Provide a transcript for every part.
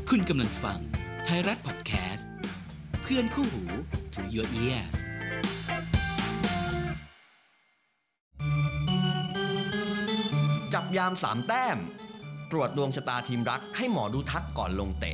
คุณกำลังฟังไทยรัฐพอดแคสต์เพื่อนคู่หู to your ears จับยาม3แต้มตรวจดวงชะตาทีมรักให้หมอดูทักก่อนลงเตะ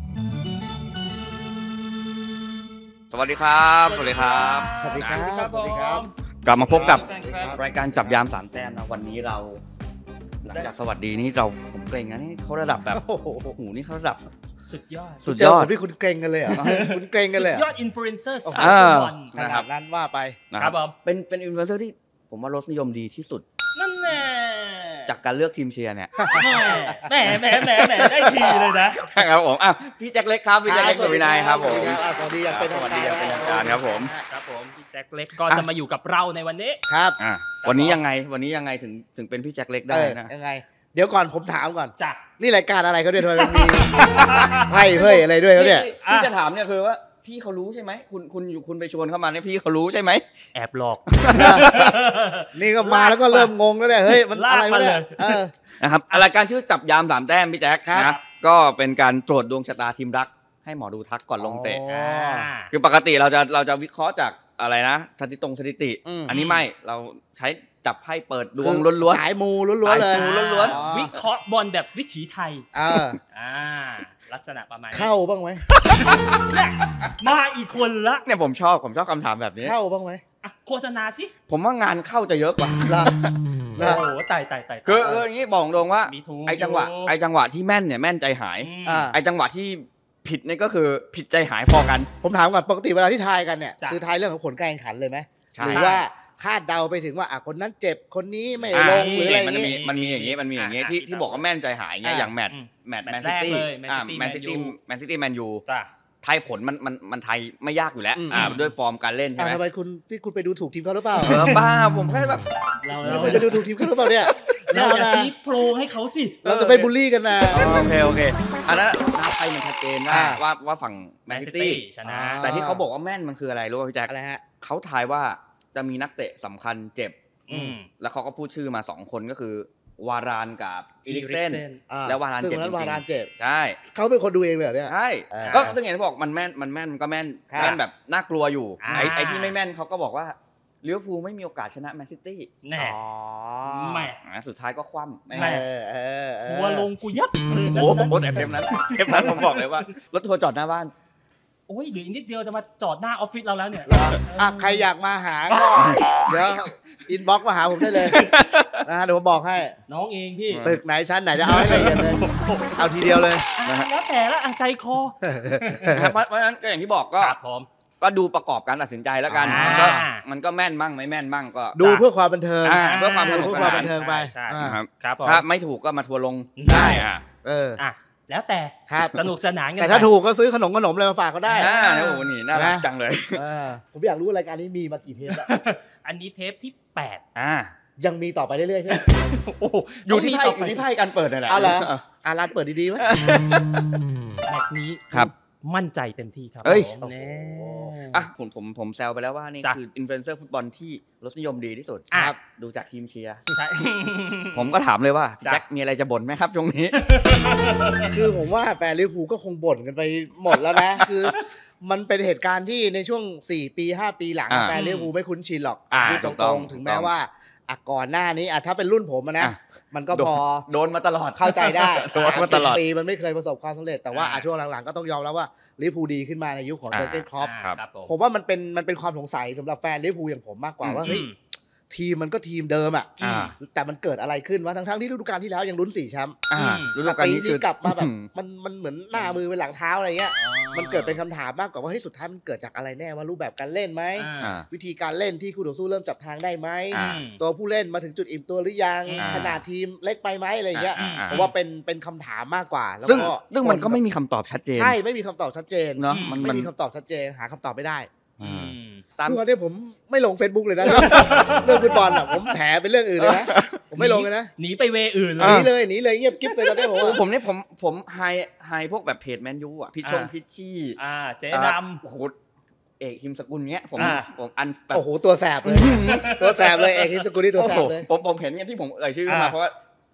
สวัสดีครับสวัสดีครับสวัสดีครับสวัสดีครับกลับมาพบกับรายการจับยาม3แต้มนะวันนี้เราหลังจากสวัสดีนี้ผมเกรงนะนี่เขาระดับแบบโอ้โหนี่เขาระดับสุดยอดที่คุณเกรงกันเลยอ่ะคุณเกรงกันเลยสุดยอดอินฟลูเอนเซอร์สายบอลนะครับนั้นว่าไปครับผมเป็นอินฟลูเอนเซอร์ที่ผมว่ารสนิยมดีที่สุดนั่นแหละจากการเลือกทีมเชียร์เนี่ยแหมได้ทีเลยนะครับผมพี่แจ็คเล็กครับพี่แจ็คเล็กสุวินัยครับผมสวัสดีอย่างเป็นทางการครับผมพี่แจ็คเล็กก็จะมาอยู่กับเราในวันนี้ครับวันนี้ยังไงถึงเป็นพี่แจ็คเล็กได้นะยังไงเดี๋ยวก่อนผมถามก่อนจ้ะนี่รายการอะไรเขาเนี่ยทำไมมันมีให้เฮ้ยอะไรด้วยเขาเนี่ยที่จะถามเนี่ยคือว่าพี่เขารู้ใช่ไหมคุณไปชวนเข้ามาเนี่ยพี่เขารู้ใช่ไหมแอบหลอกนี่ก็มาแล้วก็เริ่มงงแล้วเนี่ยเฮ้ยมันอะไรวะเนี่ยนะครับรายการชื่อจับยาม3แต้มพี่แจ็คนะก็เป็นการตรวจดวงชะตาทีมรักให้หมอดูทักก่อนลงเตะคือปกติเราจะวิเคราะห์จากอะไรนะสถิติอันนี้ไม่เราใช้จับไพ่เปิดดวงล้วนๆสายมูล้วนๆเลยวิเคราะห์บอลแบบวิถีไทยลักษณะประมาณเข้าบ้างไหมมาอีกคนละเนี่ยผมชอบคำถามแบบนี้เข้าบ้างไหมโฆษณาสิผมว่างานเข้าจะเยอะกว่าโอ้โหตายคืออย่างนี้บอกตรงว่าไอ้จังหวะที่แม่นเนี่ยแม่นใจหายไอ้จังหวะที่ผิดนี่ก็คือผิดใจหายพอกันผมถามก่อนปกติเวลาที่ทายกันเนี่ยคือทายเรื่องของผลการแข่งขันเลยไหมหรือว่าคาดเดาไปถึงว่าคนนั้นเจ็บคนนี้ไม่ลงหรืออะไรอย่างงี้มันมีอย่างงี้ที่บอกว่าแม่นใจหายเงี้ยอย่างแมตช์แมนซิตี้แมนซิตี้แมนยูทายผลมันทายไม่ยากอยู่แล้วด้วยฟอร์มการเล่นใช่ไหมทำไมคุณไปดูถูกทีมเขาหรือเปล่าบ้าผมแค่แบบเราไปดูถูกทีมเขาหรือเปล่าเนี่ยเราอย่าชี้โปรให้เขาสิเราจะไปบูลลี่กันนะโอเคอันนั้นหน้าไพ่มันชัดเจนว่าฝั่งแมนซิตี้ชนะแต่ที่เขาบอกว่าแม่นมันคืออะไรรู้ป่ะพี่แจ็คอะไรฮะเขาทายว่าจะมีนักเตะสำคัญเจ็บแล้วเขาก็พูดชื่อมา2คนก็คือวารานกับอีริกเซนแล้ววารานเจ็บวารานเจ็บใช่เขาเป็นคนดูเองเลยเนี่ยใช่ก็ซึ่งอย่างที่บอกมันแม่นมันก็แม่นแบบน่ากลัวอยู่ไอ้ที่ไม่แม่นเขาก็บอกว่าลิเวอร์พูลไม่มีโอกาสชนะแมนซิตี้แน่ไม่สุดท้ายก็คว่ำหัวลงกูยับโอ้โหแต่เทปนั้นผมบอกเลยว่ารถทัวร์จอดหน้าบ้านโอ้ยเหลืออีกนิดเดียวจะมาจอดหน้าออฟฟิศเราแล้วเนี่ยใครอยากมาหาก็เดี๋ยวอินบ็อกซ์มาหาผมได้เลยนะฮะเดี๋ยวผมบอกให้น้องเองพี่ตึกไหนชั้นไหนจะเอาให้ละเอียดเลยเอาทีเดียวเลยแล้วแต่ละใจคอเพราะฉะนั้นก็อย่างที่บอกก็ดูประกอบการตัดสินใจแล้วกันมันก็แม่นมั่งไม่แม่นมั่งก็ดูเพื่อความบันเทิงเพื่อความบันเทิงไปครับถ้าไม่ถูกก็มาทัวร์ลงได้แล้วแต่สนุกสนานกันแต่ถ้าถูกก็ซื้อขนมอะไรมาฝากก็ได้โอ้โหนี่น่ารักจังเลยผมอยากรู้รายการนี้มีมากี่เทปแล้วอันนี้เทปที่ 8ยังมีต่อไปเรื่อยๆใช่ไหมอยู่ที่ไพ่การเปิดนั่นแหละร้านเปิดดีๆไหมแบบนี้ครับมั่นใจเต็มที่ครับผมแซวไปแล้วว่านี่คืออินฟลูเอนเซอร์ฟุตบอลที่รสนิยมดีที่สุดครับดูจากทีมเชียร์ใช่ผมก็ถามเลยว่าแจ็คมีอะไรจะบ่นไหมครับช่วงนี้คือผมว่าแฟนลิเวอร์พูลก็คงบ่นกันไปหมดแล้วนะคือมันเป็นเหตุการณ์ที่ในช่วง4 ปี 5 ปีหลังแฟนลิเวอร์พูลไม่คุ้นชินหรอกพูดตรงๆถึงแม้ว่าก่อนหน้านี้ถ้าเป็นรุ่นผมนะมันก็พอโดนมาตลอดเข้าใจได้ 30 ปีมันไม่เคยประสบความสำเร็จแต่ว่าช่วงหลังๆก็ต้องยอมรับว่าลิเวอร์พูลดีขึ้นมาในยุคของเจอร์เก้นคล็อปผมว่ามันเป็นความสงสัยสำหรับแฟนลิเวอร์พูลอย่างผมมากกว่าว่าเฮ้ยทีมมันก็ทีมเดิมแต่มันเกิดอะไรขึ้นวะทั้งที่ฤดูกาลที่แล้วยังลุ้น4 แชมป์ฤดูกาลนี้กลับมาแบบมันเหมือนหน้ามือเป็นหลังเท้าอะไรเงี้ยมันเกิดเป็นคำถามมากกว่าว่าเฮ้ยสุดท้ายมันเกิดจากอะไรแน่ว่ารูปแบบการเล่นไหมวิธีการเล่นที่คู่ต่อสู้เริ่มจับทางได้ไหมตัวผู้เล่นมาถึงจุดอิ่มตัวหรือยังขนาดทีมเล็กไปไหมอะไรเงี้ยเพราะว่าเป็นคำถามมากกว่าแล้วก็ซึ่งมันก็ไม่มีคำตอบชัดเจนใช่ไม่มีคำตอบชัดเจนเนาะไม่มีคำตอบชัดเจนหาคำตอบไม่ได้ตามที่ผมไม่ลง Facebook เลยนะเรื่องฟุตบอลผมแถเป็นเรื่องอื่นเลยนะผมไม่ลงเลยนะหนีไปเวอื่นเลยหนีเลยเงียบกิ๊บเลยตอนนี้ผมไฮพวกแบบเพจแมนยูพิชชี่เจ๊ดำโอ้โหเอกฮิมสกุลเงี้ยผมอันโอ้โหตัวแสบเลยเอกฮิมสกุลนี่ตัวแสบเลยผมเห็นที่ผมเอ่ยชื่อมาเพราะว่า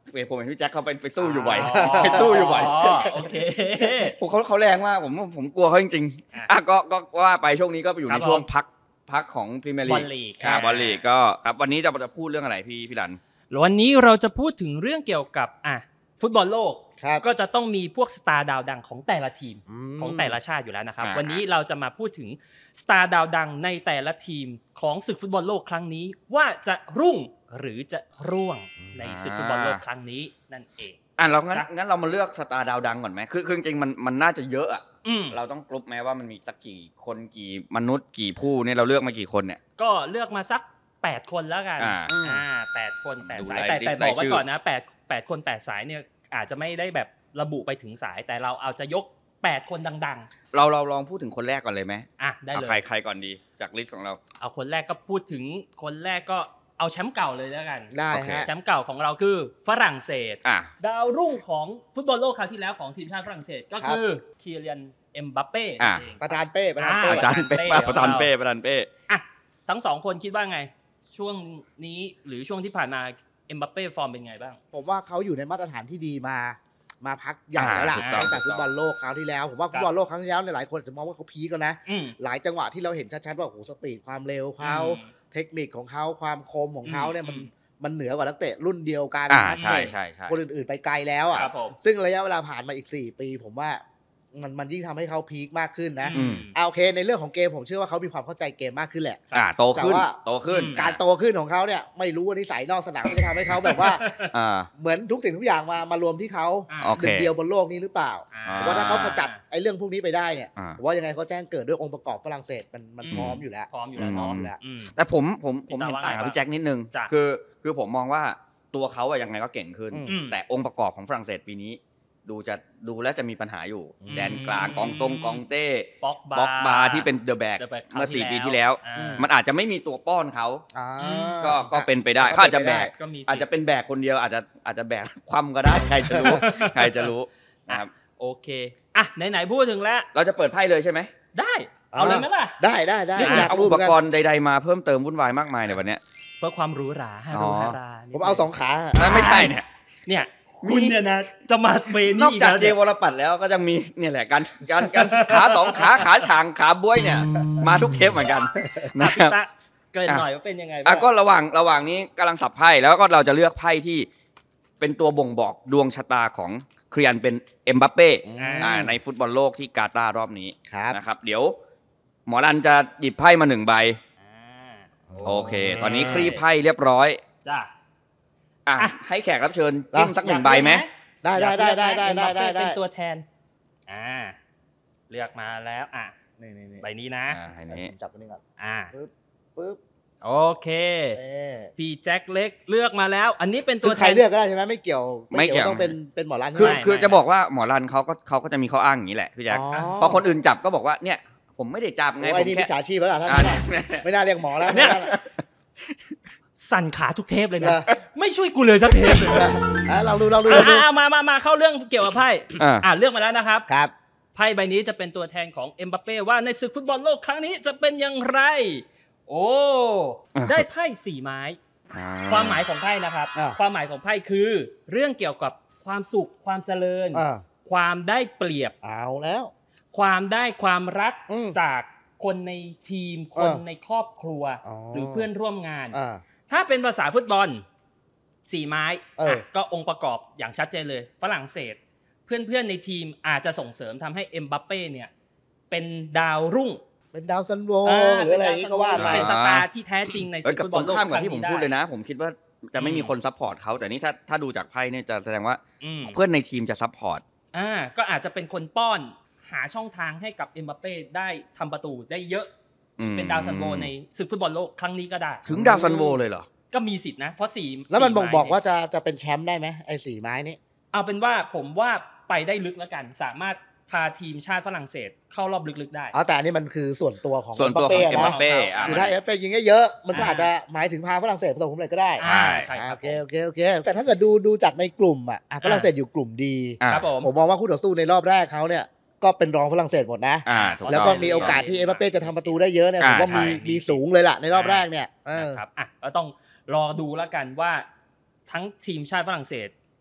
ผมเห็นพี่แจ็คเขาไปสู้อยู่บ่อยไปสู้อยู่บ่อยโอเคเขาแรงมากผมกลัวเขาจริงๆก็ว่าไปช่วงนี้ก็ไปอยู่ในช่วงพักของพรีเมียร์ลีกบอลลีกก็ครับวันนี้จะพูดเรื่องอะไรพี่รันวันนี้เราจะพูดถึงเรื่องเกี่ยวกับฟุตบอลโลกก็จะต้องมีพวกสตาร์ดาวดังของแต่ละทีมของแต่ละชาติอยู่แล้วนะครับวันนี้เราจะมาพูดถึงสตาร์ดาวดังในแต่ละทีมของศึกฟุตบอลโลกครั้งนี้ว่าจะรุ่งหรือจะร่วงในศึกฟุตบอลโลกครั้งนี้นั่นเองเรางั้นเรามาเลือกสตาร์ดาวดังก่อนไหมคือจริงๆมันน่าจะเยอะอ่ะเราต้องกรุ๊ปไหมว่ามันมีสักกี่คนกี่มนุษย์กี่ผู้เนี่ยเราเลือกมากี่คนเนี่ยก็เลือกมาสัก8คนแล้วกัน8คน8สายแต่บอกไว้ก่อนนะ8คน8สายเนี่ยอาจจะไม่ได้แบบระบุไปถึงสายแต่เราเอาจะยก8คนดังๆเราลองพูดถึงคนแรกก่อนเลยไหมได้เลยใครก่อนดีจากลิสต์ของเราเอาคนแรกก็พูดถึงคนแรกก็เอาแชมป์เก่าเลยแล้วกันได้ฮะแชมป์เก่าของเราคือฝรั่งเศสดาวรุ่งของฟุตบอลโลกคราวที่แล้วของทีมชาติฝรั่งเศสก็คือคีเลียนเอ็มบัปเป้ประธานเป้ทั้งสองคนคิดว่าไงช่วงนี้หรือช่วงที่ผ่านมาเอ็มบัปเป้ฟอร์มเป็นไงบ้างผมว่าเขาอยู่ในมาตรฐานที่ดีมาพักใหญ่แล้วล่ะตั้งแต่ฟุตบอลโลกคราวที่แล้วผมว่าฟุตบอลโลกครั้งที่แล้วเนี่ยหลายคนจะมองว่าเขาพีคแล้วนะหลายจังหวะที่เราเห็นชัดๆว่าโอ้โหสปีดความเร็วเขาเทคนิคของเขาความคมของเขาเนี่ยมันเหนือกว่านักเตะรุ่นเดียวกันใช่คนอื่นๆไปไกลแล้วอ่ะซึ่งระยะเวลาผ่านมาอีก4ปีผมว่ามันยิ่งทำให้เขาพีคมากขึ้นนะโอเคในเรื่องของเกมผมเชื่อว่าเขามีความเข้าใจเกมมากขึ้นแหละโตขึ้นการโตขึ้นของเขาเนี่ยไม่รู้ว่านิสัยนอกสนามจะทำให้เขาแบบว่าเหมือนทุกสิ่งทุกอย่างมารวมที่เขาหนึ่งเดียวบนโลกนี้หรือเปล่าว่าถ้าเขาขจัดไอ้เรื่องพวกนี้ไปได้เนี่ยว่ายังไงเขาแจ้งเกิดด้วยองค์ประกอบฝรั่งเศสมันพร้อมอยู่แล้วแต่ผมเห็นต่างกับพี่แจ็คนิดนึงคือผมมองว่าตัวเขาอะยังไงก็เก่งขึ้นแต่องค์ประกอบของฝรั่งเศสปีนี้ดูแล้วจะมีปัญหาอยู่แดนกลางกองเต้บ็อกบาที่เป็นเดอะแบกเมื่อ4ปีที่แล้วมันอาจจะไม่มีตัวป้อนเขาก็เป็นไปได้เขาอาจจะแบกอาจจะเป็นแบกคนเดียวอาจจะแบกคว่ำก็ได้ใครจะรู้นะครับโอเคไหนพูดถึงแล้วเราจะเปิดไพ่เลยใช่ไหมได้เอาเลยไหมล่ะได้เอาอุปกรณ์ใดๆมาเพิ่มเติมวุ่นวายมากมายในวันนี้เพื่อความหรูหราผมเอา2ขาไม่ใช่เนี่ยคุณเนี่ยนะจะมาสเปนนอกจากเจวรปัตแล้วก็ยังมีเนี่ยแหละการขา2ขาฉางขาบ้วยเนี่ยมาทุกเทปเหมือนกันนะครับเกินหน่อยว่าเป็นยังไงบ้างก็ระหว่างนี้กำลังสับไพ่แล้วก็เราจะเลือกไพ่ที่เป็นตัวบ่งบอกดวงชะตาของเคลียนเป็นเอ็มบัปเป้ในฟุตบอลโลกที่กาตาร์รอบนี้นะครับเดี๋ยวหมอรันจะหยิบไพ่มา1ใบโอเคตอนนี้คลี่ไพ่เรียบร้อยจ้ะให้แขกรับเชิญจิ้มสัก1ใบไหมได้เป็นตัวแทนเลือกมาแล้วนี่ใบนี้นะจับตัวนี้ก่อนปึ๊บโอเคพี่แจ็คเล็กเลือกมาแล้วอันนี้เป็นตัวแทนใครเลือกก็ได้ใช่ไหมไม่เกี่ยวต้องเป็นหมอรันคือจะบอกว่าหมอรันเขาก็จะมีข้ออ้างอย่างนี้แหละพี่แจ็คพอคนอื่นจับก็บอกว่าเนี่ยผมไม่ได้จับไงผมแค่มิจฉาชีพแล้วล่ะท่านไม่น่าเรียกหมอแล้วสั่นขาทุกเทปเลยนะไม่ช่วยกูเลยสักเทปเลยเราดูมาเข้าเรื่องเกี่ยวกับไพ่เลือกมาแล้วนะครับครับไพ่ใบนี้จะเป็นตัวแทนของเอ็มบัปเป้ว่าในศึกฟุตบอลโลกครั้งนี้จะเป็นอย่างไรโอ้ได้ไพ่4ไม้ความหมายของไพ่นะครับความหมายของไพ่คือเรื่องเกี่ยวกับความสุขความเจริญความได้เปรียบเอาแล้วความได้ความรักจากคนในทีมคนในครอบครัวหรือเพื่อนร่วมงานถ้าเป็นภาษาฟุตบอล4ไม้ก็องค์ประกอบอย่างชัดเจนเลยฝรั่งเศสเพื่อนๆในทีมอาจจะส่งเสริมทำให้เอ็มบัปเป้เนี่ยเป็นดาวรุ่งเป็นดาวซันโวหรืออะไรก็ว่าไปเป็นสตาร์ที่แท้จริงในศึกฟุตบอลโลกครั้งนี้ที่ผมพูดเลยนะผมคิดว่าจะไม่มีคนซัพพอร์ตเขาแต่นี่ถ้าดูจากไพ่เนี่ยจะแสดงว่าเพื่อนในทีมจะซัพพอร์ตก็อาจจะเป็นคนป้อนหาช่องทางให้กับเอ็มบัปเป้ได้ทำประตูได้เยอะเป็นดาวซันโวในศึกฟุตบอลโลกครั้งนี้ก็ได้ถึงดาวซันโวเลยเหรอก็มีสิทธินะเพราะ4 แล้วมันบ่งบอกว่าจะเป็นแชมป์ได้ไหมไอ้4ไม้นี้เอาเป็นว่าผมว่าไปได้ลึกแล้วกันสามารถพาทีมชาติฝรั่งเศสเข้ารอบลึกๆได้แต่อันนี้มันคือส่วนตัวของเอ็มบัปเป้คือถ้าเอ็มบัปเป้ยิงเยอะมันก็อาจจะหมายถึงพาฝรั่งเศสประสบความสำเร็จก็ได้ใช่โอเคแต่ถ้าเกิดดูจากในกลุ่มฝรั่งเศสอยู่กลุ่มดีผมมองว่าคู่ต่อสู้ในรอบแรกเขาเนี่ยก็เป็นรองฝรั่งเศสหมดนะแล้วก็มีโอกาสที่เอ็มบัปเป้จะทำประตูได้เยอะเนี่ยผมว่ามีสูงเลยล่ะในรอบแรกเนี่ยครับก็ต้องรอดูแล้วกันว่าทั้งทีมชาติฝรั่งเศส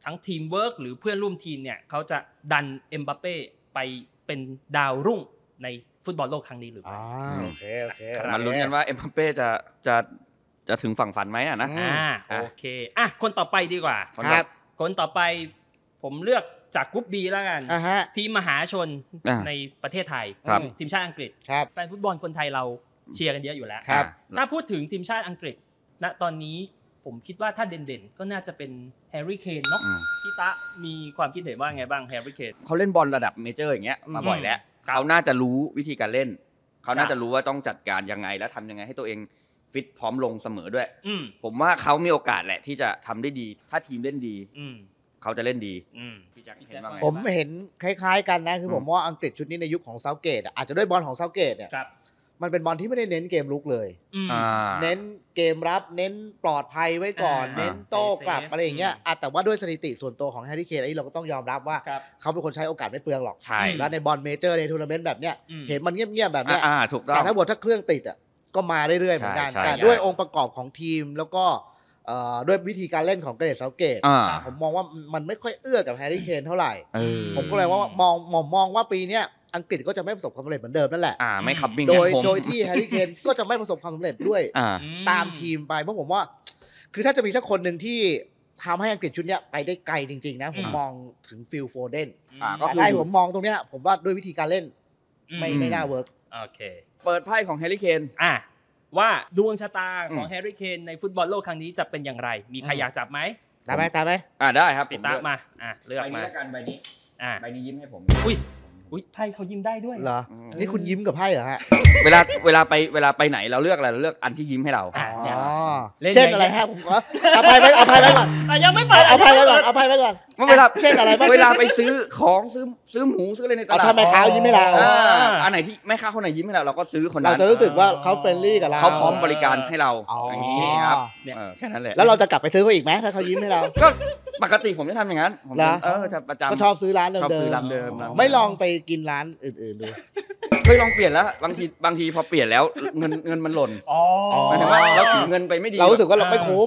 ทั้งทีมเวิร์กหรือเพื่อนร่วมทีมเนี่ยเขาจะดันเอ็มบัปเป้ไปเป็นดาวรุ่งในฟุตบอลโลกครั้งนี้หรือไม่โอเคมาลุ้นกันว่าเอ็มบัปเป้จะถึงฝั่งฝันไหมอ่ะนะโอเคคนต่อไปดีกว่าครับคนต่อไปผมเลือกจากกรุ๊ป B แล้วกันทีมมหาชนในประเทศไทยทีมชาติอังกฤษแฟนฟุตบอลคนไทยเราเชียร์กันเยอะอยู่แล้วถ้าพูดถึงทีมชาติอังกฤษณตอนนี้ผมคิดว่าถ้าเด่นๆก็น่าจะเป็นแฮร์รี่เคนเนาะพี่ตะมีความคิดเห็นว่าไงบ้างแฮร์รี่เคนเขาเล่นบอลระดับเมเจอร์อย่างเงี้ยมาบ่อยแล้วเขาน่าจะรู้วิธีการเล่นเขาน่าจะรู้ว่าต้องจัดการยังไงและทำยังไงให้ตัวเองฟิตพร้อมลงเสมอด้วยผมว่าเขามีโอกาสแหละที่จะทำได้ดีถ้าทีมเล่นดีเขาจะเล่นดีผมเห็นคล้ายๆกันนะคือผมว่าอังกฤษชุดนี้ในยุคของเซาเกตอาจจะด้วยบอลของเซาเกตเนี่ยมันเป็นบอลที่ไม่ได้เน้นเกมลุกเลยเน้นเกมรับเน้นปลอดภัยไว้ก่อนเน้นโต้กลับอะไรอย่างเงี้ยแต่ว่าด้วยสถิติส่วนตัวของแฮร์รี่เคนอันนี้เราก็ต้องยอมรับว่าเขาเป็นคนใช้โอกาสไม่เปลืองหรอกแล้วในบอลเมเจอร์ในทัวร์นาเมนต์แบบเนี้ยเห็นมันเงียบๆแบบเนี้ยแต่ถ้าเครื่องติดก็มาเรื่อยๆเหมือนกันแต่ด้วยองค์ประกอบของทีมแล้วก็ด้วยวิธีการเล่นของเกเรตเซาเกตผมมองว่ามันไม่ค่อยเอื้อกับแฮร์รี่เคนเท่าไหร่ผมก็เลยว่ามองว่าปีนี้อังกฤษก็จะไม่ประสบความสำเร็จเหมือนเดิมนั่นแหละไม่ขับวิ่งโดยที่แฮร์รี่เคนก็จะไม่ประสบความสำเร็จด้วยตามทีมไปเพราะผมว่าคือถ้าจะมีสักคนหนึ่งที่ทำให้อังกฤษชุดนี้ไปได้ไกลจริงๆนะผมมองถึงฟิลโฟเดนก็คือผมมองตรงนี้ผมว่าด้วยวิธีการเล่นไม่น่าเวิร์กโอเคเปิดไพ่ของแฮร์รี่เคนว่าดวงชะตาของแฮร์รี่เคนในฟุตบอลโลกครั้งนี้จะเป็นอย่างไรมีใครอยากจับไหมตามไหมได้ครับปิดตามาเลือกมาใบนี้ยิ้มให้ผมอุ้ยไพ่เขายิ้มได้ด้วยเหรอนี่คุณยิ้มกับไพ่เหรอฮะเวลาไปไหนเราเลือกอะไรเราเลือกอันที่ยิ้มให้เราเช่นอะไรฮะผมขอเอาไพ่ไว้ก่อนยังไม่เปิดเอาไพ่ไว้ก่อนเวลาเช่นอะไรบ้างเวลาไปซื้อของซื้อหมูซื้ออะไรในตลาดถ้าแม่ค้ายิ้มให้เราอันไหนที่แม่ค้าคนไหนยิ้มให้เราก็ซื้อคนนั้นเราจะรู้สึกว่าเขาเฟรนลี่กับเราเขาพร้อมบริการให้เราอย่างนี้ครับแค่นั้นแหละแล้วเราจะกลับไปซื้อเขาอีกไหมถ้าเขายิ้มให้เราก็ปกติผมจะทำอย่างนั้นจะประจำก็ชอบซื้อร้านเดิมไม่ลองไปกินร้านอื่นๆดูเคยลองเปลี่ยนแล้วบางทีพอเปลี่ยนแล้วเงินมันหล่นหมายถึงว่าเราถือเงินไปไม่ดีเรารู้สึกว่าเราไม่คุ้ม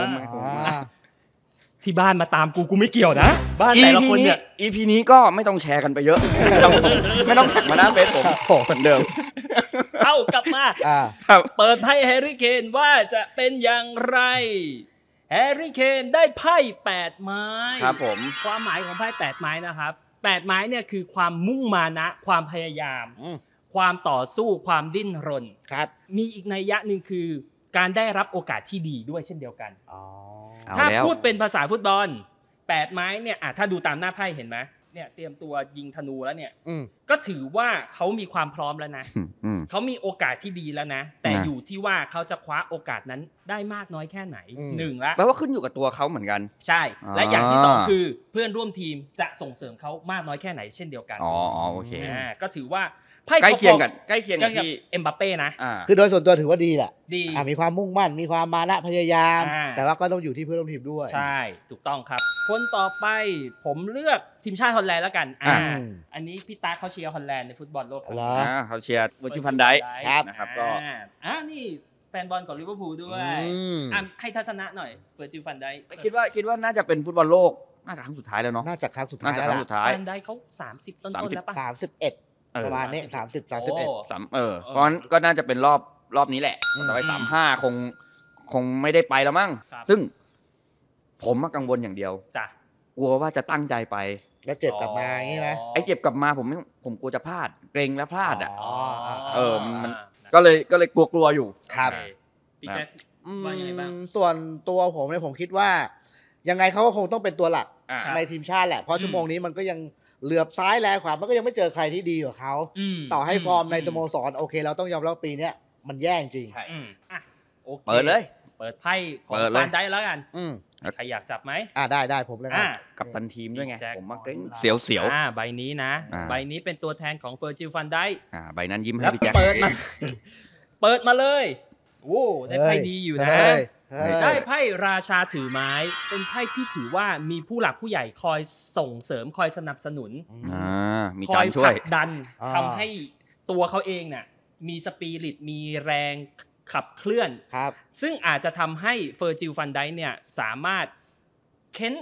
ที่บ้านมาตามกูไม่เกี่ยวนะบ้านแต่ละคนเนี่ย EP นี้ก็ไม่ต้องแชร์กันไปเยอะไม่ต้องแท็กมาหน้าเฟซผมเหมือนเดิมกลับมาเปิดไพ่แฮร์รี่เคนว่าจะเป็นอย่างไรแฮร์รี่เคนได้ไพ่8ไม้ครับผมความหมายของไพ่8ไม้นะครับ8ไม้เนี่ยคือความมุ่งมานะความพยายามความต่อสู้ความดิ้นรนครับมีอีกนัยยะหนึ่งคือการได้รับโอกาสที่ดีด้วยเช่นเดียวกันถ้าพูดเป็นภาษาฟุตบอล8ไม้เนี่ยถ้าดูตามหน้าไพ่เห็นไหมเนี่ยเตรียมตัวยิงธนูแล้วเนี่ยก็ถือว่าเขามีความพร้อมแล้วนะเขามีโอกาสที่ดีแล้วนะแต่อยู่ที่ว่าเขาจะคว้าโอกาสนั้นได้มากน้อยแค่ไหน1ละแปลว่าขึ้นอยู่กับตัวเขาเหมือนกันใช่และอย่างที่2คือเพื่อนร่วมทีมจะส่งเสริมเขามากน้อยแค่ไหนเช่นเดียวกันโอเคก็ถือว่าใกล้เคียงกันที่เอ็มบัปเป้นะคือโดยส่วนตัวถือว่าดีแหละดีมีความมุ่งมั่นมีความมานะพยายามแต่ว่าก็ต้องอยู่ที่เพื่อนร่วมทีมด้วยใช่ถูกต้องครับคนต่อไปผมเลือกทีมชาติฮอลแลนด์แล้วกันอันนี้พี่ตาเขาเชียร์ฮอลแลนด์ในฟุตบอลโลกเขาเชียร์วิร์จิฟันไดนะครับก็นี่แฟนบอลของลิเวอร์พูลด้วยให้ทัศนะหน่อยเวิร์จิฟันไดคิดว่าน่าจะเป็นฟุตบอลโลกน่าจะครั้งสุดท้ายแล้วเนาะน่าจะครั้งสุดท้ายฟันไดเขา30ต้นๆแล้วป่ะ 31ประมาณนี้30 31 เพราะงั้นก็น่าจะเป็นรอบนี้แหละต่อไป35คงไม่ได้ไปแล้วมั้งซึ่งผมกังวลอย่างเดียวกลัวว่าจะตั้งใจไปแล้วเจ็บกลับมาอย่างนี้ไหมไอ้เจ็บกลับมาผมกลัวจะพลาดเกรงแล้วพลาดมันก็เลยกลัวอยู่ครับพี่แจ๊คว่ายังไงบ้างส่วนตัวผมเนี่ยผมคิดว่ายังไงเขาก็คงต้องเป็นตัวหลักในทีมชาติแหละเพราะชั่วโมงนี้มันก็ยังเหลือบซ้ายแลขวามันก็ยังไม่เจอใครที่ดีกว่าเขาต่อให้ฟอร์มในสโมสรโอเคเราต้องยอมรับปีนี้มันแย่จริงเปิดเลยเปิดไพ่ของฟันได้แล้วกันใครอยากจับไหมได้ผมเลยนะกับตันทีมด้วยไงผมมาเกรงเสียวใบนี้นะใบนี้เป็นตัวแทนของเฟอร์จิลฟันได้ใบนั้นยิ้มให้พี่แจ็คเปิดมาเลยโอ้ได้ไพ่ดีอยู่นะได้ไพ่ราชาถือไม้เป็นไพ่ที่ถือว่ามีผู้หลักผู้ใหญ่คอยส่งเสริมคอยสนับสนุนมีการช่วยผลักดันทำให้ตัวเขาเองเนี่ยมีสปิริตมีแรงขับเคลื่อนซึ่งอาจจะทำให้เฟอร์จิลฟันไดเนี่ยสามารถเค้นผ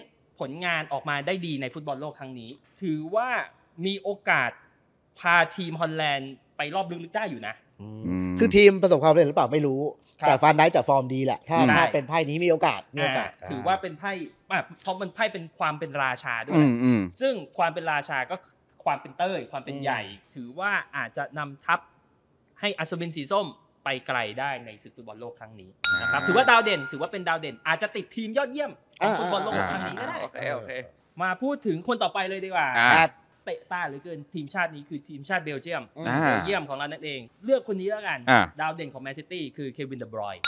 ลงานออกมาได้ดีในฟุตบอลโลกครั้งนี้ถือว่ามีโอกาสพาทีมฮอลแลนด์ไปรอบลึกๆได้อยู่นะคือทีมประสบความสำเร็จหรือเปล่าไม่รู้แต่ฟานไดค์จะฟอร์มดีแหละถ้าเป็นไพ่นี้มีโอกาสถือว่าเป็นไพ่เพราะมันไพ่เป็นความเป็นราชาด้วยซึ่งความเป็นราชาก็ความเป็นเต้ยความเป็นใหญ่ถือว่าอาจจะนำทัพให้อัศวินสีส้มไปไกลได้ในศึกฟุตบอลโลกครั้งนี้นะครับถือว่าดาวเด่นถือว่าเป็นดาวเด่นอาจจะติดทีมยอดเยี่ยมของฟุตบอลโลกครั้งนี้ก็ได้โอเคมาพูดถึงคนต่อไปเลยดีกว่าเตะตาเหลือเกินทีมชาตินี้คือทีมชาติเบลเยียมของเรานั่นเองเลือกคนนี้แล้วกันดาวเด่นของแมนซิตี้คือเควินเดบรอยน์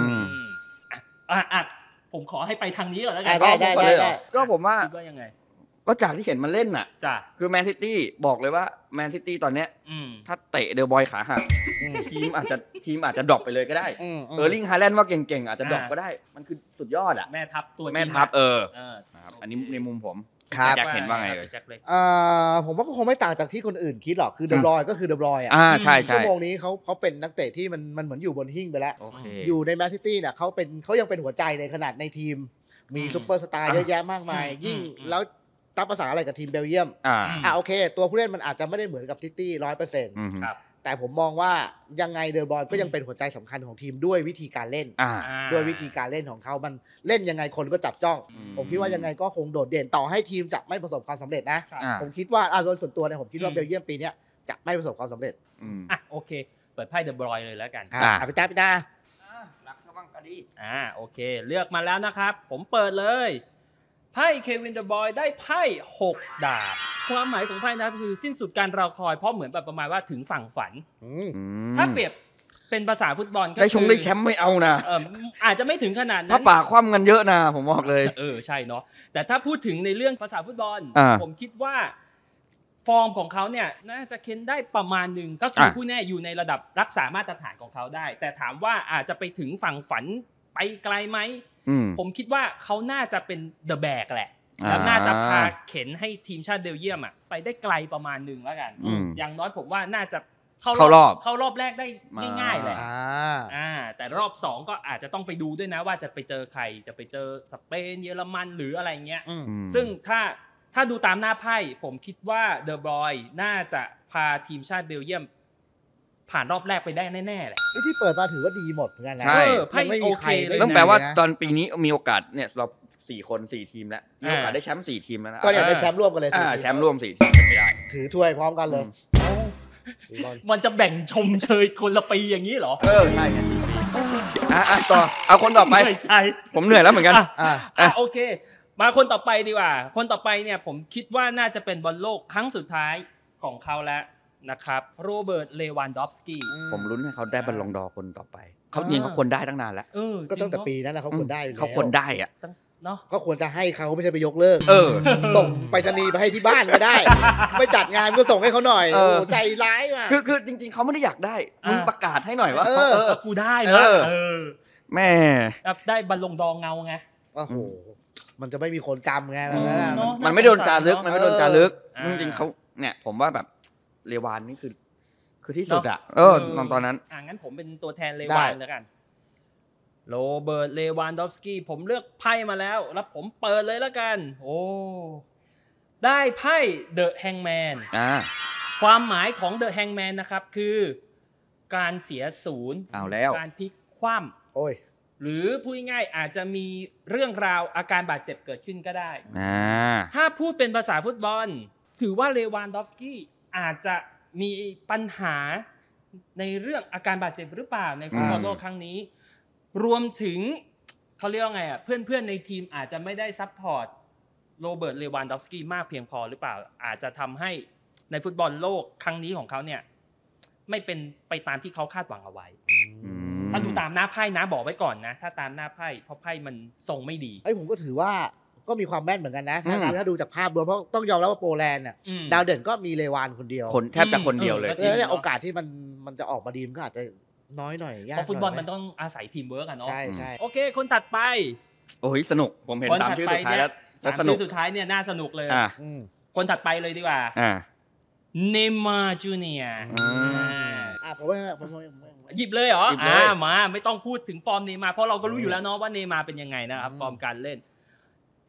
ผมขอให้ไปทางนี้ก่อนแล้วกันได้ก็ผมว่ายังไงก็จากที่เห็นมันเล่นน่ะคือแมนซิตี้บอกเลยว่าแมนซิตี้ตอนเนี้ยถ้าเตะเดลบอยขาหักทีมอาจจะดรอปไปเลยก็ได้เออร์ลิงฮาแลนด์ว่าเก่งๆอาจจะดรอปก็ได้มันคือสุดยอดอ่ะแม่ทัพตัวแม่ทัพอันนี้ในมุมผมแจ็คเห็นว่าไงผมว่าก็คงไม่ต่างจากที่คนอื่นคิดหรอกคือเดบรอยก็คือเดบรอยอ่ะใช่ชั่วโมงนี้เขาเป็นนักเตะที่มันเหมือนอยู่บนหิ้งไปแล้วอยู่ในแมนซิตี้เนี่ยเขายังเป็นหัวใจในขนาดในทีมมีซุปเปอร์สตาร์เยอะแยะมากมายยิ่งแล้วตั้งภาษาอะไรกับทีมเบลเยียมโอเคตัวผู้เล่นมันอาจจะไม่ได้เหมือนกับซิตี้ 100% ครับแต่ผมมองว่ายังไงเดอบรอยก็ยังเป็นหัวใจสำคัญของทีมด้วยวิธีการเล่นด้วยวิธีการเล่นของเขามันเล่นยังไงคนก็จับจ้องผมคิดว่ายังไงก็คงโดดเด่นต่อให้ทีมจะไม่ประสบความสำเร็จนะผมคิดว่าโดยส่วนตัวเนี่ยผมคิดว่าเบลเยียมปีนี้จะไม่ประสบความสำเร็จโอเคเปิดไพ่เดอบรอยเลยแล้วกันพี่จ้ารักสว่างก็ดีโอเคเลือกมาแล้วนะครับผมเปิดเลยไพ่เควินเดบรอยน์ได้ไพ่6ดาบความหมายของไพ่นะคือสิ้นสุดการรอคอยเพราะเหมือนแบบประมาณว่าถึงฝั่งฝันถ้าเปรียบเป็นภาษาฟุตบอลก็ได้ชงได้แชมป์ไม่เอานะอาจจะไม่ถึงขนาดนั้นถ้าป่าคว่ำกันเยอะนะผมบอกเลยใช่เนาะแต่ถ้าพูดถึงในเรื่องภาษาฟุตบอลผมคิดว่าฟอร์มของเขาเนี่ยน่าจะเค้นได้ประมาณนึงก็คือผู้แน่อยู่ในระดับรักษามาตรฐานของเขาได้แต่ถามว่าอาจจะไปถึงฝั่งฝันไปไกลไหมผมคิดว่าเขาน่าจะเป็นเดอะแบกแหละแล้วน่าจะพาเข็นให้ทีมชาติเบลเยียมไปได้ไกลประมาณนึงแล้วกันอย่างน้อยผมว่าน่าจะเข้ารอบแรกได้ง่ายๆแหละแต่รอบ2ก็อาจจะต้องไปดูด้วยนะว่าจะไปเจอใครจะไปเจอสเปนเยอรมันหรืออะไรเงี้ยซึ่งถ้าดูตามหน้าไพ่ผมคิดว่าเดอบรอยน์น่าจะพาทีมชาติเบลเยียมผ่านรอบแรกไปได้แน่ๆแหละที่เปิดมาถือว่าดีหมดเหมือนกันนะไพ่โอเคเลยต้องแปลว่าตอนปีนี้มีโอกาสเนี่ยเรา4 คน4 ทีมแล้วมีโอกาสได้แชมป์4 ทีมแล้วนะก็เนี่ยได้แชมป์ร่วมกันเลยแชมป์ร่วม4 ทีมเป็นไปได้ถือถ้วยพร้อมกันเลยมันจะแบ่งชมเชยคนละปีอย่างนี้เหรอใช่ไง4 ปีต่อเอาคนต่อไปผมเหนื่อยแล้วเหมือนกันโอเคมาคนต่อไปดีกว่าคนต่อไปเนี่ยผมคิดว่าน่าจะเป็นบอลโลกครั้งสุดท้ายของเขาแล้วนะครับโรเบิร์ตเลวันดอฟสกี้ผมลุ้นให้เขาได้บอลลงดอร์คนต่อไปเขาจริงเขาควรได้ตั้งนานแล้วก็ตั้งแต่ปีนั้นแล้วเขาควรได้เขาควรได้อะเนาะก็ควรจะให้เขาไม่ใช่ไปยกเลิกส่งไปรษณีย์ไปให้ที่บ้านก็ได้ไม่จัดงานก็ส่งให้เขาหน่อยใจร้ายว่ะคือจริงๆเขาไม่ได้อยากได้มึงประกาศให้หน่อยว่ากูได้นะแม่ได้บอลลงดอร์เงาไงโอ้โหมันจะไม่มีคนจำไงมันไม่โดนจารึกมันไม่โดนจารึกจริงๆเขาเนี่ยผมว่าแบบเลวานนี่คือที่สุดอ่ะตอนนั้นงั้นผมเป็นตัวแทนเลวานแล้วกันโรเบิร์ตเลวานดอฟสกี้ผมเลือกไพ่มาแล้วผมเปิดเลยแล้วกันได้ไพ่เดอะแฮงแมนความหมายของเดอะแฮงแมนนะครับคือการเสียศูนย์การพลิกคว่ำหรือพูดง่ายๆอาจจะมีเรื่องราวอาการบาดเจ็บเกิดขึ้นก็ได้ถ้าพูดเป็นภาษาฟุตบอลถือว่าเลวานดอฟสกี้อาจจะมีปัญหาในเรื่องอาการบาดเจ็บหรือเปล่าในฟุตบอลโลกครั้งนี้รวมถึงเขาเรียกว่าไงเพื่อนๆในทีมอาจจะไม่ได้ซัพพอร์ตโรเบิร์ตเลวานดอฟสกี้มากเพียงพอหรือเปล่าอาจจะทำให้ในฟุตบอลโลกครั้งนี้ของเขาเนี่ยไม่เป็นไปตามที่เขาคาดหวังเอาไว้ถ้าดูตามหน้าไพ่นะบอกไว้ก่อนนะถ้าตามหน้าไพ่เพราะไพ่มันทรงไม่ดีผมก็ถือว่าก็มีความแม่นเหมือนกันนะถ้าดูจากภาพรวมเพราะต้องยอมรับว่าโปแลนด์เนี่ยดาวเด่นก็มีเลวานคนเดียวแทบจะคนเดียวเลยแล้วโอกาสที่มันจะออกมาดีมันก็อาจจะน้อยหน่อยยากเพราะฟุตบอลมันต้องอาศัยทีมเวิร์กอะเนาะใช่โอเคคนถัดไปสนุกผมเห็น3 ชื่อสุดท้ายแล้ว 3 ชื่อสุดท้ายเนี่ยน่าสนุกเลยคนถัดไปเลยดีกว่าเนย์มาร์จูเนียร์ผมหยิบเลยเหรอมาไม่ต้องพูดถึงฟอร์มเนย์มาร์เพราะเราก็รู้อยู่แล้วเนาะว่าเนย์มาร์เป็นยังไงนะครับฟอร์มการเล่น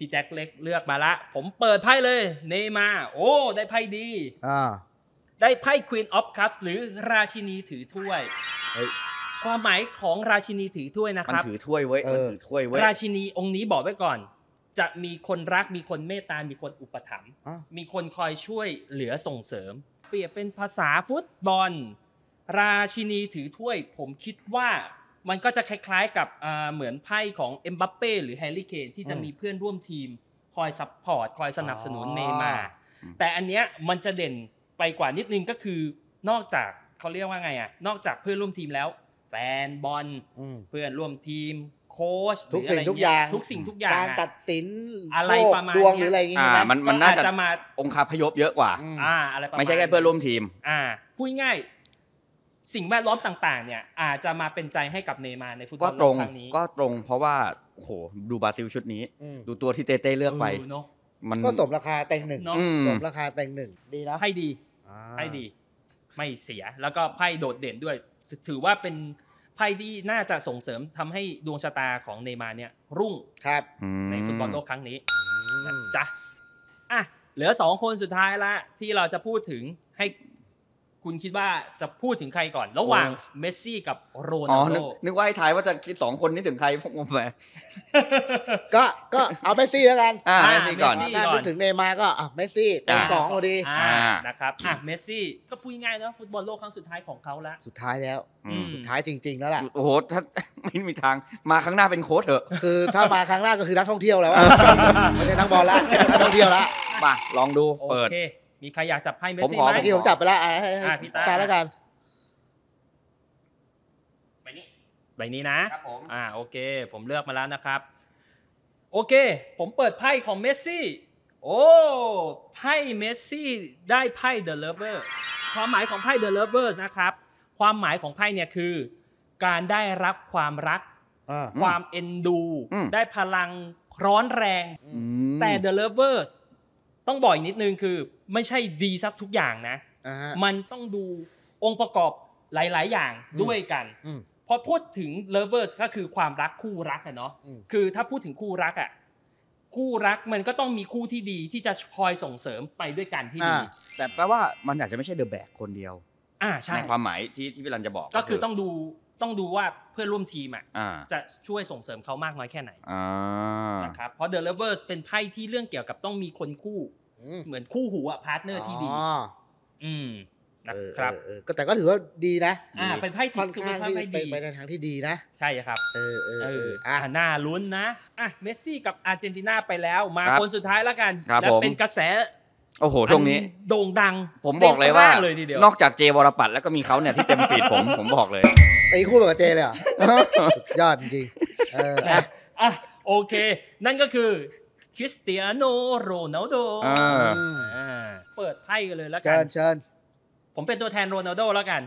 พี่แจ็คเล็กเลือกมาละผมเปิดไพ่เลยเนย์มาร์โอ้ได้ไพ่ดีได้ไพ่ Queen of Cups หรือราชินีถือถ้วยความหมายของราชินีถือถ้วยนะครับมันถือถ้วยไว้มันถือถ้วยไว้ราชินีองค์นี้บอกไว้ก่อนจะมีคนรักมีคนเมตตามีคนอุปถัมภ์มีคนคอยช่วยเหลือส่งเสริมเปรียบเป็นภาษาฟุตบอลราชินีถือถ้วยผมคิดว่ามันก็จะคล้ายๆกับเหมือนไพ่ของเอ็มบัปเป้หรือแฮร์รี่เคนที่จะมีเพื่อนร่วมทีมคอยซัพพอร์ตคอยสนับสนุนเนย์มาร์แต่อันเนี้ยมันจะเด่นไปกว่านิดนึงก็คือนอกจากเขาเรียกว่าไงนอกจากเพื่อนร่วมทีมแล้วแฟนบอลเพื่อนร่วมทีมโค้ชทุกสิ่งทุกอย่างทุกสิ่งทุกอย่างการตัดสินอะไรประมาณดวงหรืออะไรอย่างงี้มันน่าจะมาองคาพยพเยอะกว่าอะไรประมาณไม่ใช่แค่เพื่อนร่วมทีมพูดง่ายสิ่งแวดล้อมต่างๆเนี่ยอาจจะมาเป็นใจให้กับเนย์มาร์ในฟุตบอลครั้งนี้ก็ตรงเพราะว่าโอ้โหดูบราซิลชุดนี้ดูตัวที่เต้เลือกไปมันก็สมราคาเต็งหนึ่งสมราคาเต็งหนึ่งดีนะให้ดีไม่เสียแล้วก็ไพ่โดดเด่นด้วยถือว่าเป็นไพ่ที่น่าจะส่งเสริมทำให้ดวงชะตาของเนย์มาร์เนี่ยรุ่งในฟุตบอลโลกครั้งนี้นะจ๊ะเหลือ2คนสุดท้ายละที่เราจะพูดถึงให้คุณคิดว่าจะพูดถึงใครก่อนระหว่างเมสซี่กับโรนัลโดนึกว่าให้ทายว่าจะคิด2คนนี้ถึงใครพวกผมไปก็เอาเมสซี่แล้วกันเมสซี่ก่อนถ้าพูดถึงเนย์มาร์ก็เมสซี่เต็ง2พอดีนะครับเมสซี่ก็พูดง่ายนะฟุตบอลโลกครั้งสุดท้ายของเขาละสุดท้ายแล้วสุดท้ายจริงๆแล้วล่ะโอ้โหถ้าไม่มีทางมาครั้งหน้าเป็นโค้ชเถอะคือถ้ามาครั้งหน้าก็คือนักท่องเที่ยวแล้วไม่ใช่นักบอลละนักท่องเที่ยวละมาลองดูเปิดมีใครอยากจับไพ่เมสซี่ไหมผมจับไปแล้วพี่ตาแล้วกันใบนี้นะครับผมโอเคผมเลือกมาแล้วนะครับโอเคผมเปิดไพ่ของเมสซี่โอ้ไพ่เมสซี่ได้ไพ่ The Lovers ความหมายของไพ่ The Lovers นะครับความหมายของไพ่เนี่ยคือการได้รับความรักความเอ็นดูได้พลังร้อนแรงแต่ The Loversต้องบอกอีกนิดนึงคือไม่ใช่ดีซับทุกอย่างนะมันต้องดูองค์ประกอบหลายๆอย่างด้วยกันพอพูดถึง lovers ก็คือความรักคู่รักเนาะคือถ้าพูดถึงคู่รักคู่รักมันก็ต้องมีคู่ที่ดีที่จะคอยส่งเสริมไปด้วยกันที่ดีแต่แปลว่ามันอาจจะไม่ใช่เดอะแบกคนเดียวใช่ในความหมายที่พี่รันจะบอกก็คือต้องดูว่าเพื่อนร่วมทีมจะช่วยส่งเสริมเขามากน้อยแค่ไหนนะครับเพราะ The Lovers เป็นไพ่ที่เรื่องเกี่ยวกับต้องมีคนคู่เหมือนคู่หูพาร์ทเนอร์ที่ดีนะครับแต่ก็ถือว่าดีนะเป็นไพ่ที่คือเป็นไพ่ดีไปในทางที่ดีนะใช่ครับน่าลุ้นนะเมสซี่กับอาร์เจนตินาไปแล้วมาคนสุดท้ายแล้วกันและเป็นกระแสโอ้โหช่วงนี้โด่งดังผมบอกเลยว่านอกจากเจวรปัตรแล้วก็มีเขาเนี่ยที่เต็มฟีดผมบอกเลยตีคู่กับเจเลยเหรอยอดจริงโอเคนั่นก็คือคริสเตียโนโรนัลโดเปิดไพ่กันเลยแล้วกันเชิญผมเป็นตัวแทนโรนัลโดแล้วกัน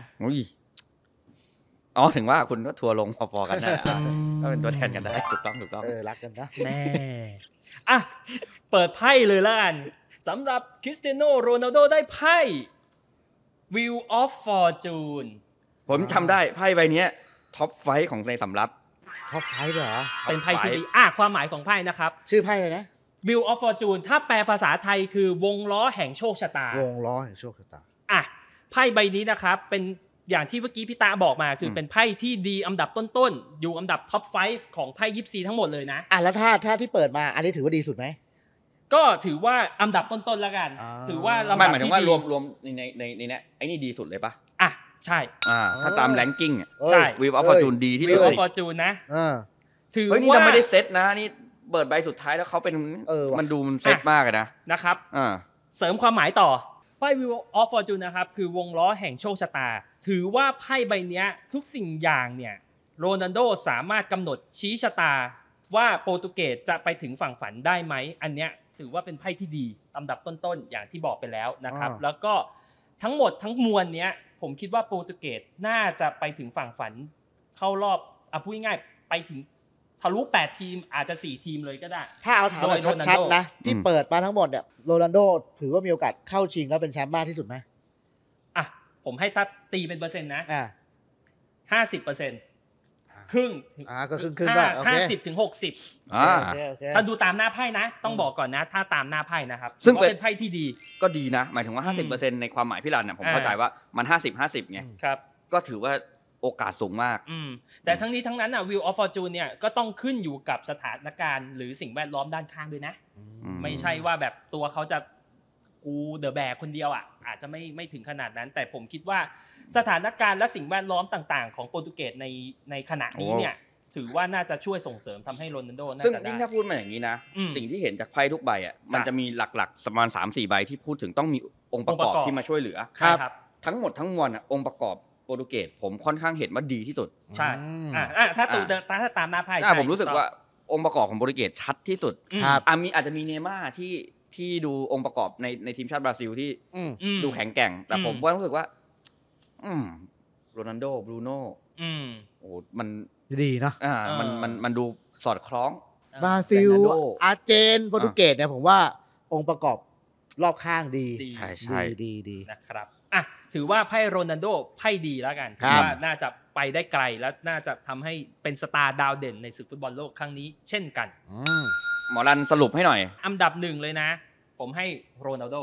ถึงว่าคุณก็ทัวร์ลงพอๆกันได้ก็เป็นตัวแทนกันได้ถูกต้องรักกันนะแม่เปิดไพ่เลยแล้วกันสำหรับคริสเตียโนโรนัลโดได้ไพ่ Wheel of Fortune ผมทำได้ไพ่ใบนี้ท็อปไฟของในสำรับท็อปไฟเหรอเป็นไพ่ที่ดีความหมายของไพ่นะครับชื่อไพ่เลยนะ Wheel of Fortune ถ้าแปลภาษาไทยคือวงล้อแห่งโชคชะตาวงล้อแห่งโชคชะตาไพ่ใบนี้นะครับเป็นอย่างที่เมื่อกี้พี่ตาบอกมาคือเป็นไพ่ที่ดีอันดับต้นๆอยู่อันดับท็อป5ของไพ่ยิปซีทั้งหมดเลยนะแล้วถ้าที่เปิดมาอันนี้ถือว่าดีสุดไหมก็ถือว่าอันดับต้นๆแล้วกันถือว่าลำดับที่ดีหมายถึงว่ารวมในนี้ไอ้นี่ดีสุดเลยปะใช่ถ้าตามแรงกิ้งใช่ Wheel of Fortune ดีที่สุด Wheel of Fortune นะถือว่านี่ยังไม่ได้เซตนะนี่เปิดใบสุดท้ายแล้วเขาเป็นมันดูมันเซตมากเลยนะครับเสริมความหมายต่อไพ่ Wheel of Fortune นะครับคือวงล้อแห่งโชคชะตาถือว่าไพ่ใบนี้ทุกสิ่งอย่างเนี่ยโรนัลโดสามารถกำหนดชี้ชะตาว่าโปรตุเกสจะไปถึงฝั่งฝันได้ไหมอันเนี้ยถือว่าเป็นไพ่ที่ดีอันดับต้นๆอย่างที่บอกไปแล้วนะครับแล้วก็ทั้งหมดทั้งมวลเนี้ยผมคิดว่าโปรตุเกสน่าจะไปถึงฝั่งฝันเข้ารอบพูดง่ายๆไปถึงทะลุ8ทีมอาจจะ4ทีมเลยก็ได้ถ้าเอาถามแบบชัดๆนะที่เปิดมาทั้งหมดเนี่ยโรนัลโดถือว่ามีโอกาสเข้าชิงแล้วเป็นแชมป์มากที่สุดไหมผมให้ตีเป็นเปอร์เซ็นต์นะ50% ครึ่งก็ครึ่งก็โอเค 50 ถึง 60ถ้าดูตามหน้าไพ่นะต้องบอกก่อนนะถ้าตามหน้าไพ่นะครับซึ่งเป็นไพ่ที่ดีก็ดีนะหมายถึงว่า 50% ในความหมายพี่รันเนี่ยผมเข้าใจว่ามัน 50-50 ไงครับก็ถือว่าโอกาสสูงมากแต่ทั้งนี้ทั้งนั้นอ่ะ Wheel of Fortune เนี่ยก็ต้องขึ้นอยู่กับสถานการณ์หรือสิ่งแวดล้อมด้านข้างด้วยนะไม่ใช่ว่าแบบตัวเขาจะกูเดอะแบกคนเดียวอ่ะอาจจะไม่ถึงขนาดนั้นแต่ผมคิดว่าสถานการณ์และสิ่งแวดล้อมต่างๆของโปรตุเกสในขณะนี้เนี่ยถือว่าน่าจะช่วยส่งเสริมทำให้โรนัลโดน่าจะได้ซึ่งถ้าพูดมาอย่างนี้นะสิ่งที่เห็นจากไพ่ทุกใบอ่ะมันจะมีหลักๆประมาณ 3-4 ใบที่พูดถึงต้องมีองค์ประกอบที่มาช่วยเหลือครับทั้งหมดทั้งมวลองค์ประกอบโปรตุเกสผมค่อนข้างเห็นว่าดีที่สุดใช่ถ้าตามหน้าไพ่ผมรู้สึกว่าองค์ประกอบของโปรตุเกสชัดที่สุดอาจจะมีเนม่าที่ดูองค์ประกอบในทีมชาติบราซิลที่ดูแข็งแกร่งแต่ผมว่ารู้สึกว่าโรนัลโดบรูโน่โอ้มันดีเนาะมันดูสอดคล้องบราซิลอาร์เจนโปรตุเกสเนี่ยผมว่าองค์ประกอบรอบข้างดีใช่ดีนะครับถือว่าไพ่โรนัลโดไพ่ดีแล้วกันว่าน่าจะไปได้ไกลและน่าจะทำให้เป็นสตาร์ดาวเด่นในศึกฟุตบอลโลกครั้งนี้เช่นกันหมอรันสรุปให้หน่อยอันดับ1เลยนะผมให้โรนัลโด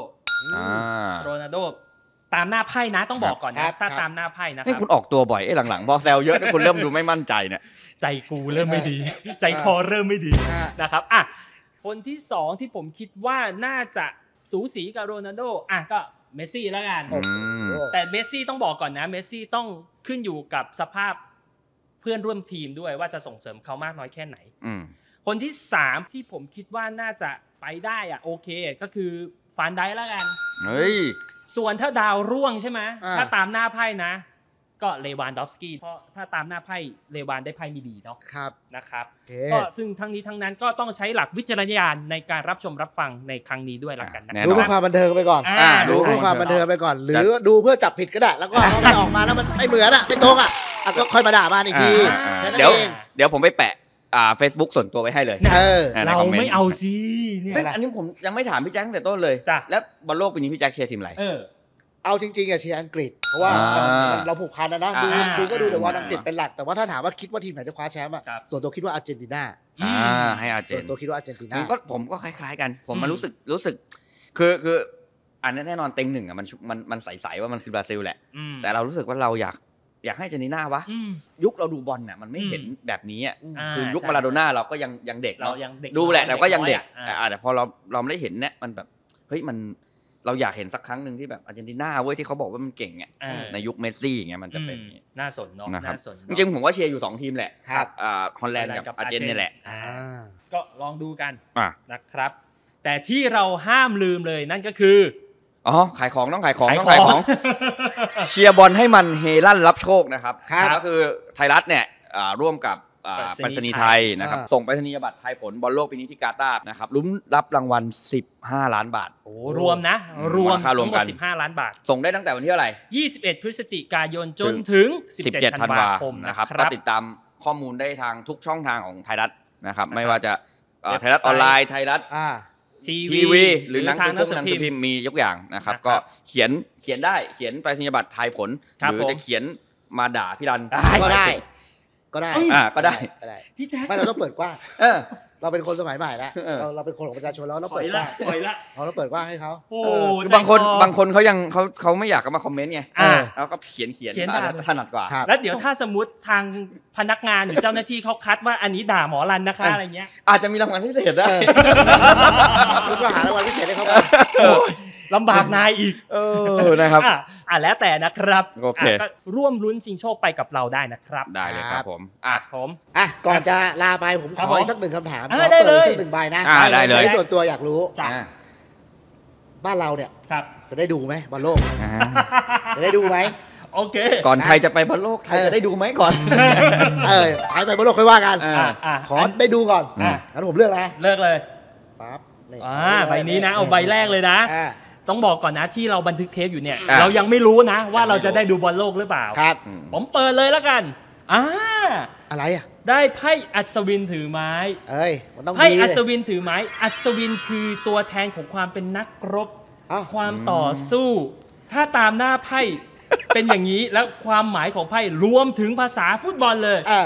ตามหน้าไพ่นะต้องบอกก่อนนะถ้าตามหน้าไพ่นะครับนี่คุณออกตัวบ่อยหลังๆบอกแซวเยอะคุณเริ่มดูไม่มั่นใจเนี่ยใจกูเริ่มไม่ดีใจคอเริ่มไม่ดีนะครับคนที่2ที่ผมคิดว่าน่าจะสูสีกับโรนัลโดก็เมสซี่แล้วกันแต่เมสซี่ต้องบอกก่อนนะเมสซี่ต้องขึ้นอยู่กับสภาพเพื่อนร่วมทีมด้วยว่าจะส่งเสริมเขามากน้อยแค่ไหนคนที่3ที่ผมคิดว่าน่าจะไปได้โอเคก็คือฟานไดค์แล้วกันส่วนถ้าดาวร่วงใช่ไหมถ้าตามหน้าไพ่นะก็เลวานดอฟสกี้เพราะถ้าตามหน้าไพ่เลวานได้ไพ่ไม่ดีเนาะนะครับก็ซึ่งทั้งนี้ทั้งนั้นก็ต้องใช้หลักวิจารณญาณในการรับชมรับฟังในครั้งนี้ด้วยละกันนะดูเพื่อความบันเทิงไปก่อนดูเพื่อความบันเทิงไปก่อนหรือดูเพื่อจับผิดก็ได้แล้วก็เอาออกมาแล้วมันไม่เหมือนไม่ตรงก็ค่อยมาด่าบ้านอีกทีเดี๋ยวผมไปแปะFacebook ส่วนตัวไว้ให้เลยเราไม่เอาสิเนี่ยอันนี้ผมยังไม่ถามพี่แจ็คตั้งแต่ต้นเลยแล้วบอลโลกปีนี้พี่แจ็คเชียร์ทีมอะไรเอาจริงๆเชียร์อังกฤษเพราะว่าเราผูกพันนะดูก็ดูแต่ว่าอังกฤษเป็นหลักแต่ว่าถ้าถามว่าคิดว่าทีมไหนจะคว้าแชมป์ส่วนตัวคิดว่าอาร์เจนตินาให้อาร์เจนส่วนตัวคิดว่าอาร์เจนตินาผมก็คล้ายๆกันผมมารู้สึกคืออันนั้นแน่นอนเต็งหนึ่งมันใสๆว่ามันคือบราซิลแหละแต่เรารู้สึกว่าเราอยากให้อาร์เจนตินาวะยุคเราดูบอลเนี่ยมันไม่เห็นแบบนี้คือยุคมาราโดน่าเราก็ยังเด็กเนาะดูแหละแต่ก็ยังเด็กแต่พอเราไม่ได้เห็นเนี่ยมันแบบเฮ้ยมันเราอยากเห็นสักครั้งหนึ่งที่แบบอาร์เจนตินาเว้ยที่เขาบอกว่ามันเก่งในยุคเมสซี่อย่างเงี้ยมันจะเป็นน่าสนเนาะน่าสนจริงๆผมว่าเชียร์อยู่2ทีมแหละฮอลแลนด์กับอาร์เจนนี่แหละก็ลองดูกันนะครับแต่ที่เราห้ามลืมเลยนั่นก็คือขายของต้องขายของเชียร์บอลให้มันเฮลั่นรับโชคนะครับก็คือไทยรัฐเนี่ยร่วมกับไปรษณีย์ไทยนะครับส่งไปรษณียบัตรทายผลบอลโลกปีนี้ที่กาตาร์นะครับลุ้นรับรางวัล15 ล้านบาทรวมนะรวมทั้งหมด15 ล้านบาทส่งได้ตั้งแต่วันที่เท่าไหร่ 21พฤศจิกายนจนถึง17ธันวาคมนะครับก็ติดตามข้อมูลได้ทางทุกช่องทางของไทยรัฐนะครับไม่ว่าจะไทยรัฐออนไลน์ไทยรัฐทีวีหรือหนังสือพิมพ์มียกอย่างนะครับก็เขียนได้เขียนไปรษณียบัตรทายผลหรือจะเขียนมาด่าพี่รันก็ได้ก็ได้พี่แจ๊คไม่เราต้องเปิดกว้างเราเป็นคนสมัยใหม่แล้วเราเป็นคนของประชาชนแล้วเราเปิดกว้างเราเปิดกว้างให้เขาบางคนเขาไม่อยากมาคอมเมนต์ไงแล้วก็เขียนถนัดกว่าแล้วเดี๋ยวถ้าสมมติทางพนักงานหรือเจ้าหน้าที่เขาคัดว่าอันนี้ด่าหมอรันนะคะอะไรเงี้ยอาจจะมีรางวัลพิเศษได้คุณก็หารางวัลพิเศษให้เขาลำบากนายอีกนะครับแล้วแต่นะครับโอเคก็ร่วมลุ้นชิงโชคไปกับเราได้นะครับได้เลยครับผมก่อนจะลาไปผมขออีกสัก1คำถามขอเปิดสัก1ใบนะได้เลยส่วนตัวอยากรู้บ้านเราเนี่ยจะได้ดูไหมบอลโลกจะได้ดูไหมโอเคก่อนไทยจะไปบอลโลกไทยจะได้ดูไหมก่อนไทยไปบอลโลกค่อยว่ากันขอได้ดูก่อนงั้นผมเลือกนะเลือกเลยปั๊บใบนี้นะเอาใบแรกเลยนะต้องบอกก่อนนะที่เราบันทึกเทปอยู่เนี่ยเรายังไม่รู้นะว่าเราจะได้ดูบอลโลกหรือเปล่าครับผมเปิดเลยแล้วกันอะไรได้ไพ่อัศวินถือไม้มันต้องไพ่อัศวินถือไม้อัศวินคือตัวแทนของความเป็นนักรบความต่อสู้ถ้าตามหน้าไพ่เป็นอย่างนี้แล้วความหมายของไพ่รวมถึงภาษาฟุตบอลเลยผ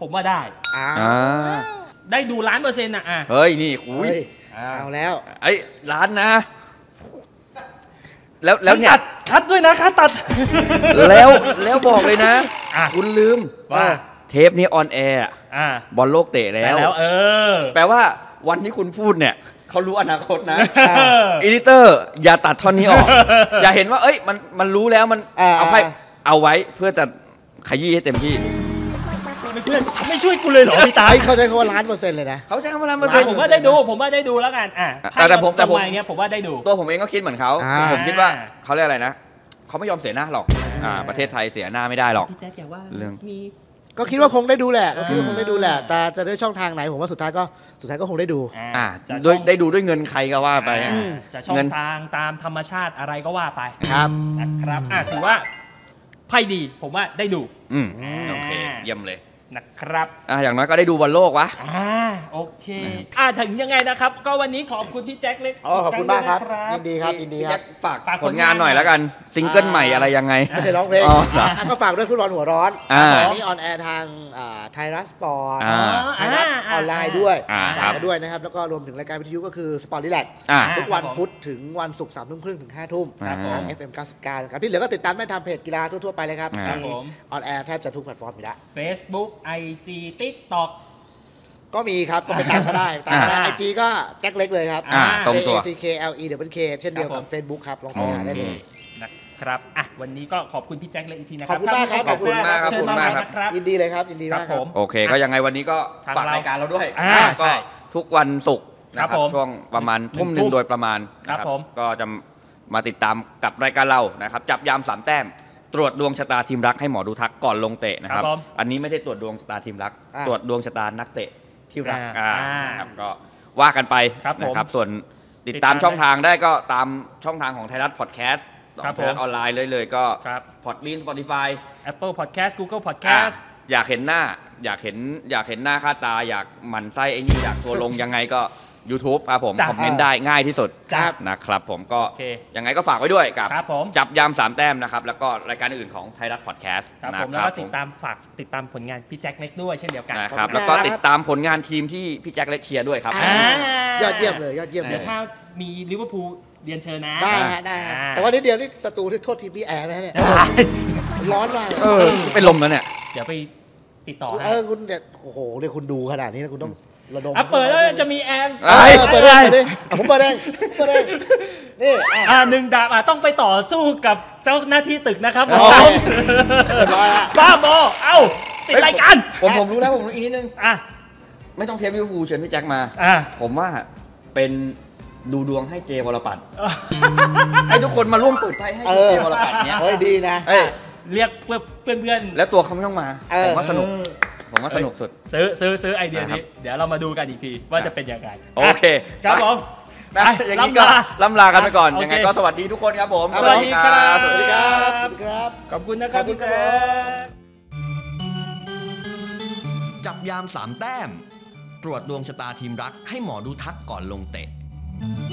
ผมว่าได้ดู1,000,000%อ่ะเฮ้ยนี่คุยเอาแล้วไอ้ล้านนะแล้วเนี่ยคัดด้วยนะคัดตัดแล้วบอกเลยนะคุณลืมว่าเทปนี้ออนแอร์บอลโลกเตะแล้วแปลว่าวันที่คุณพูดเนี่ยเขารู้อนาคตนะอีดิเตอร์อย่าตัดท่อนนี้ออกอย่าเห็นว่าเอ้ยมันรู้แล้วมันเอาไว้เพื่อจะขยี้ให้เต็มที่ไม่ช่วยกูเลยเหรอพี่ตาเขาใช้คำว่า1,000,000%เลยนะเขาใช้คำว่า1,000,000% ผมว่าได้ดูแล้วกันแต่ผมเงี้ยผมว่าได้ดูตัวผมเองก็คิดเหมือนเขาผมคิดว่าเขาเรียกอะไรนะเขาไม่ยอมเสียหน้าหรอกประเทศไทยเสียหน้าไม่ได้หรอกพี่แจ๊คอย่าว่ามีก็คิดว่าคงได้ดูแหละแต่จะด้วยช่องทางไหนผมว่าสุดท้ายก็คงได้ดูได้ดูด้วยเงินใครก็ว่าไปจะช่องทางตามธรรมชาติอะไรก็ว่าไปครับนะครับถือว่าไพ่ดีผมว่าได้ดูโอเคเยี่ยมเลยนะครับอย่างน้อยก็ได้ดูบอลโลกวะโอเคถึงยังไงนะครับก็วันนี้ขอบคุณพี่แจ็คเล็กขอบคุณมากครับยินดีครับฝากผลงานหน่อยแล้วกันซิงเกิลใหม่อะไรยังไงไม่ใช่ร้องเพลงก็ฝากด้วยฟุตบอลหัวร้อนตอนนี้ออนแอร์ทางไทยรัฐสปอร์ตไทยรัฐออนไลน์ด้วยฝากมาด้วยนะครับแล้วก็รวมถึงรายการวิทยุก็คือสปอร์ตรีแลกซ์ทุกวันพุธถึงวันศุกร์3:30ถึง5:00ทาง FM 99ครับที่เหลือก็ติดตามได้ทางเพจกีฬาทั่วๆไปเลยครับออนแอร์แทบจะทุกแพลตฟอร์มอยู่แล้ว Facebook IG TikTok ก็มีครับก็ไปตามก็ได้IG ก็แจ็คเล็กเลยครับ JACKLEWK เช่นเดียวกับ Facebook ครับลองสัญญาได้เลยนะครับวันนี้ก็ขอบคุณพี่แจ็คเลยอีกทีนะครับขอบคุณมากครับขอบคุณมากครับยินดีเลยครับยินดีมากครับโอเคก็ยังไงวันนี้ก็ฝากรายการเราด้วยก็ทุกวันศุกร์นะครับช่วงประมาณทุ่มนึงโดยประมาณนะครับก็จะมาติดตามกับรายการเรานะครับจับยาม3 แต้มตรวจดวงชะตาทีมรักให้หมอดูทักก่อนลงเตะนะครับอันนี้ไม่ได้ตรวจดวงชะตาทีมรักตรวจดวงชะตานักเตะที่รักครับก็ว่ากันไปนะครับส่วนติดตามช่องทางได้ก็ตามช่องทางของไทยรัฐพอดแคสต์ไทยรัฐออนไลน์เลยก็พอดลีน Spotify Apple Podcast Google Podcast อยากเห็นหน้าอยากเห็นหน้าค่าตาอยากหมั่นไส้ไอ้นี่อยากตัวลงยังไงก็YouTube ครับผมคอมเมนต์ได้ง่ายที่สุดนะครับผมก็ยังไงก็ฝากไว้ด้วยกับจับยาม3 แต้มนะครับแล้วก็รายการอื่นของไทยรัฐพอดแคสต์นะครับแล้วก็ติดตามผลงานพี่แจ็คเล็กด้วยเช่นเดียวกันนะครับแล้วก็ติดตามผลงานทีมที่พี่แจ็คเล็กเชียร์ด้วยครับยอดเยี่ยมเลยถ้ามีลิเวอร์พูลเรียนเชิญนะได้แต่ว่านิดเดียวนี่ศัตรูที่โทษทีมพี่แอร์นะเนี่ยร้อนมากเป็นลมแล้วเนี่ยเดี๋ยวไปติดต่อคุณเนี่ยโอ้โหเนี่ยคุณดูขนาดนี้นะคุณต้องเปิดแล้วจะมีแอร์เปิดได้ผมเปิดเองนี่ 1 ดาบต้องไปต่อสู้กับเจ้าหน้าที่ตึกนะครับบ้าบอปิดรายการผมรู้แล้วผมอีกนิดนึงไม่ต้องเทปลิเวอร์พูลเชิญพี่แจ็คมาผมว่าเป็นดูดวงให้เจวรปัตรให้ทุกคนมาร่วมเปิดไพ่ให้เจวรปัตรเนี้ยดีนะเรียกเพื่อนแล้วตัวเขาไม่ต้องมาผมว่าสนุกสุดซื้อไอเดียนี้เดี๋ยวเรามาดูกันอีกทีว่าจะเป็นยังไงโอเคครับผมอย่างนี้ก็ล่ำลากันไปก่อนยังไงก็สวัสดีทุกคนครับผมสวัสดีครับขอบคุณนะครับพี่แจ๊คจับยาม3 แต้มตรวจดวงชะตาทีมรักให้หมอดูทักก่อนลงเตะ